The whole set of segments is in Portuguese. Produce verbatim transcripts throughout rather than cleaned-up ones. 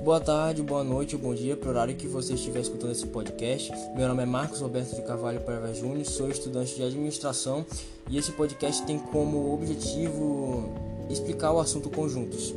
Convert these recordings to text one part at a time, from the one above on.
Boa tarde, boa noite ou bom dia para o horário que você estiver escutando esse podcast. Meu nome é Marcos Roberto de Carvalho Paiva Júnior, sou estudante de administração e esse podcast tem como objetivo explicar o assunto conjuntos.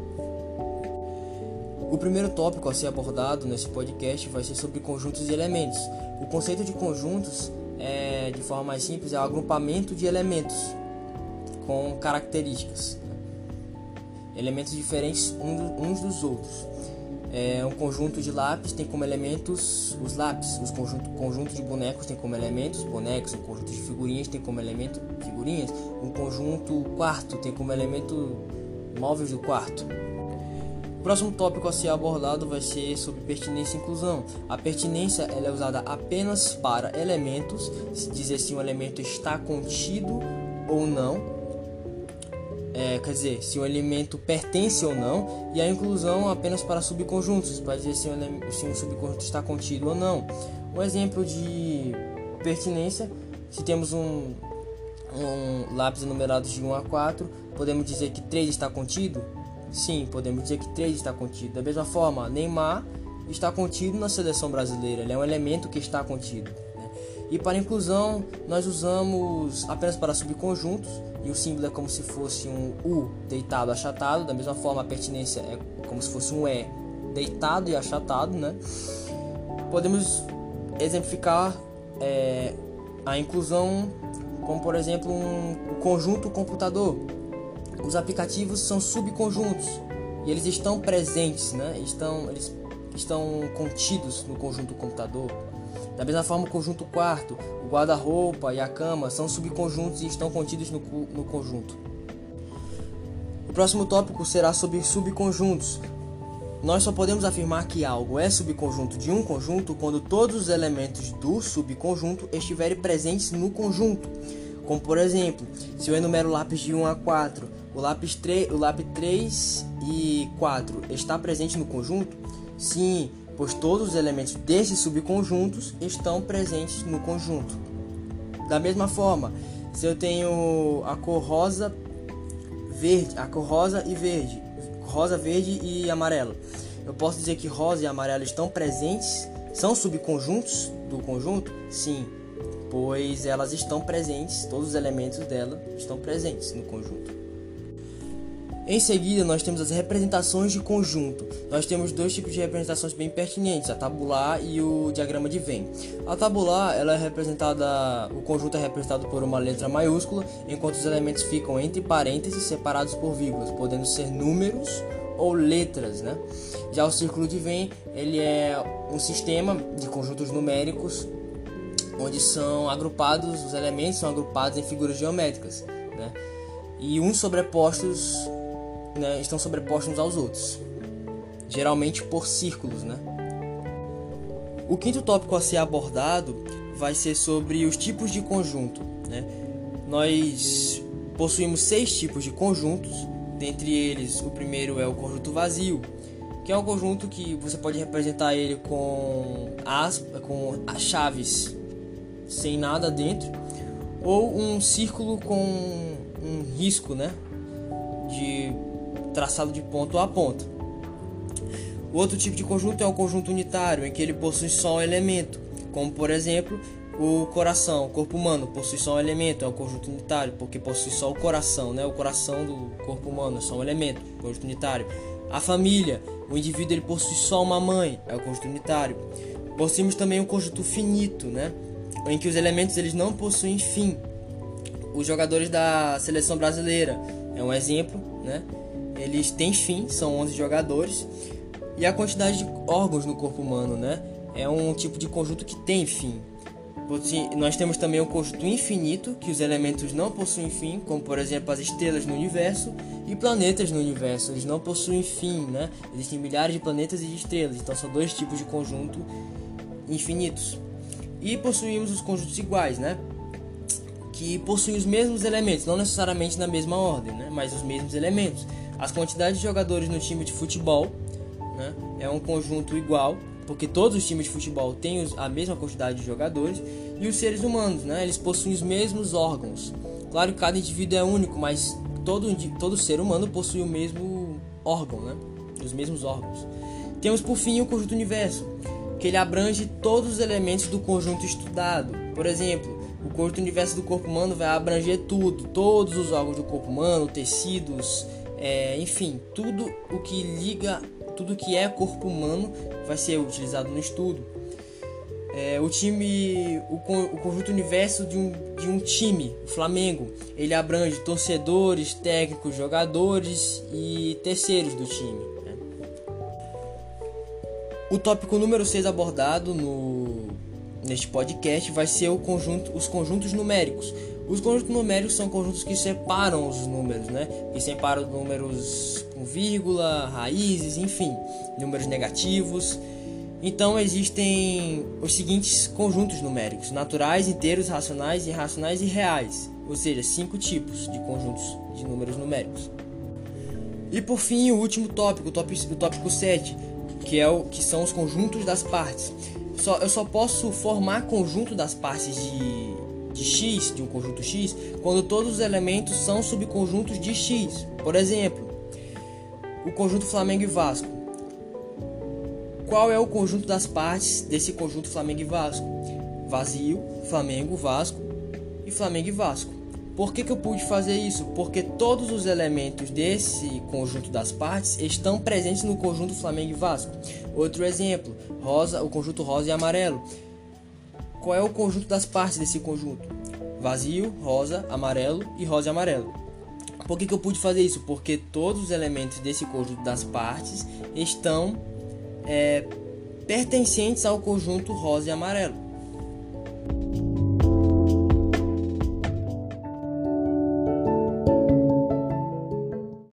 O primeiro tópico a ser abordado nesse podcast vai ser sobre conjuntos e elementos. O conceito de conjuntos, é, de forma mais simples, é o agrupamento de elementos com características, elementos diferentes uns dos outros. É, um conjunto de lápis tem como elementos os lápis, os conjunto, conjunto de bonecos tem como elementos bonecos, um conjunto de figurinhas tem como elemento figurinhas, um conjunto quarto tem como elemento móveis do quarto. O próximo tópico a ser abordado vai ser sobre pertinência e inclusão. A pertinência ela é usada apenas para elementos, dizer se um elemento está contido ou não. É, quer dizer, se o elemento pertence ou não, e a inclusão apenas para subconjuntos, para dizer se um, se um subconjunto está contido ou não. Um exemplo de pertinência, se temos um, um lápis numerado de um a quatro, podemos dizer que três está contido? Sim, podemos dizer que três está contido. Da mesma forma, Neymar está contido na seleção brasileira, ele é um elemento que está contido. E para inclusão, nós usamos apenas para subconjuntos, e o símbolo é como se fosse um U deitado, achatado. Da mesma forma, a pertinência é como se fosse um E deitado e achatado, né? Podemos exemplificar é, a inclusão como, por exemplo, um, um conjunto computador. Os aplicativos são subconjuntos e eles estão presentes, né? Estão, eles estão contidos no conjunto computador. Da mesma forma, o conjunto quarto, o guarda-roupa e a cama são subconjuntos e estão contidos no, no conjunto. O próximo tópico será sobre subconjuntos. Nós só podemos afirmar que algo é subconjunto de um conjunto quando todos os elementos do subconjunto estiverem presentes no conjunto. Como, por exemplo, se eu enumero o lápis de um a quatro, o lápis, tre- o lápis três e quatro está presente no conjunto? Sim, pois todos os elementos desses subconjuntos estão presentes no conjunto. Da mesma forma, se eu tenho a cor rosa, verde, a cor rosa e verde, rosa, verde e amarelo, eu posso dizer que rosa e amarelo estão presentes, são subconjuntos do conjunto? Sim, pois elas estão presentes, todos os elementos dela estão presentes no conjunto. Em seguida, nós temos as representações de conjunto. Nós temos dois tipos de representações bem pertinentes, a tabular e o diagrama de Venn. A tabular, ela é representada, o conjunto é representado por uma letra maiúscula, enquanto os elementos ficam entre parênteses separados por vírgulas, podendo ser números ou letras, né? Já o círculo de Venn, ele é um sistema de conjuntos numéricos, onde são agrupados, os elementos são agrupados em figuras geométricas, né? E uns sobrepostos Né, estão sobrepostos uns aos outros, geralmente por círculos, né? O quinto tópico a ser abordado vai ser sobre os tipos de conjunto, né? Nós possuímos seis tipos de conjuntos, dentre eles o primeiro é o conjunto vazio, que é um conjunto que você pode representar ele com as com as chaves sem nada dentro, ou um círculo com um risco, né, de traçado de ponto a ponto. O outro tipo de conjunto é o conjunto unitário, em que ele possui só um elemento, como por exemplo o coração. O corpo humano possui só um elemento, é o conjunto unitário, porque possui só o coração, né? O coração do corpo humano é só um elemento, conjunto unitário. A família, o indivíduo ele possui só uma mãe, é o conjunto unitário. Possuímos também o conjunto finito, né, em que os elementos eles não possuem fim. Os jogadores da seleção brasileira é um exemplo, né? Eles têm fim, são onze jogadores. E a quantidade de órgãos no corpo humano, né, é um tipo de conjunto que tem fim. Nós temos também o conjunto infinito, que os elementos não possuem fim, como por exemplo as estrelas no universo e planetas no universo. Eles não possuem fim, né? Existem milhares de planetas e de estrelas, então são dois tipos de conjunto infinitos. E possuímos os conjuntos iguais, né, que possuem os mesmos elementos, não necessariamente na mesma ordem, né, mas os mesmos elementos. As quantidades de jogadores no time de futebol, né, é um conjunto igual, porque todos os times de futebol têm a mesma quantidade de jogadores. E os seres humanos, né, eles possuem os mesmos órgãos. Claro que cada indivíduo é único, mas todo, todo ser humano possui o mesmo órgão, né, os mesmos órgãos. Temos por fim o conjunto universo, que ele abrange todos os elementos do conjunto estudado. Por exemplo, o conjunto universo do corpo humano vai abranger tudo, todos os órgãos do corpo humano, tecidos, é, enfim, tudo o que liga, tudo que é corpo humano vai ser utilizado no estudo. É, o time, o, o conjunto universo de um, de um time, o Flamengo, ele abrange torcedores, técnicos, jogadores e terceiros do time, né? O tópico número seis abordado no, neste podcast vai ser o conjunto, os conjuntos numéricos. Os conjuntos numéricos são conjuntos que separam os números, né? Que separam números com vírgula, raízes, enfim, números negativos. Então existem os seguintes conjuntos numéricos: naturais, inteiros, racionais, irracionais e reais. Ou seja, cinco tipos de conjuntos de números numéricos. E por fim, o último tópico, o tópico, o tópico sete, que, é o, que são os conjuntos das partes. Só, eu só posso formar conjunto das partes de, de X, de um conjunto X, quando todos os elementos são subconjuntos de X. Por exemplo, o conjunto Flamengo e Vasco. Qual é o conjunto das partes desse conjunto Flamengo e Vasco? Vazio, Flamengo, Vasco e Flamengo e Vasco. Por que que eu pude fazer isso? Porque todos os elementos desse conjunto das partes estão presentes no conjunto Flamengo e Vasco. Outro exemplo, rosa, o conjunto rosa e amarelo. Qual é o conjunto das partes desse conjunto? Vazio, rosa, amarelo e rosa e amarelo. Por que que eu pude fazer isso? Porque todos os elementos desse conjunto das partes estão É, pertencentes ao conjunto rosa e amarelo.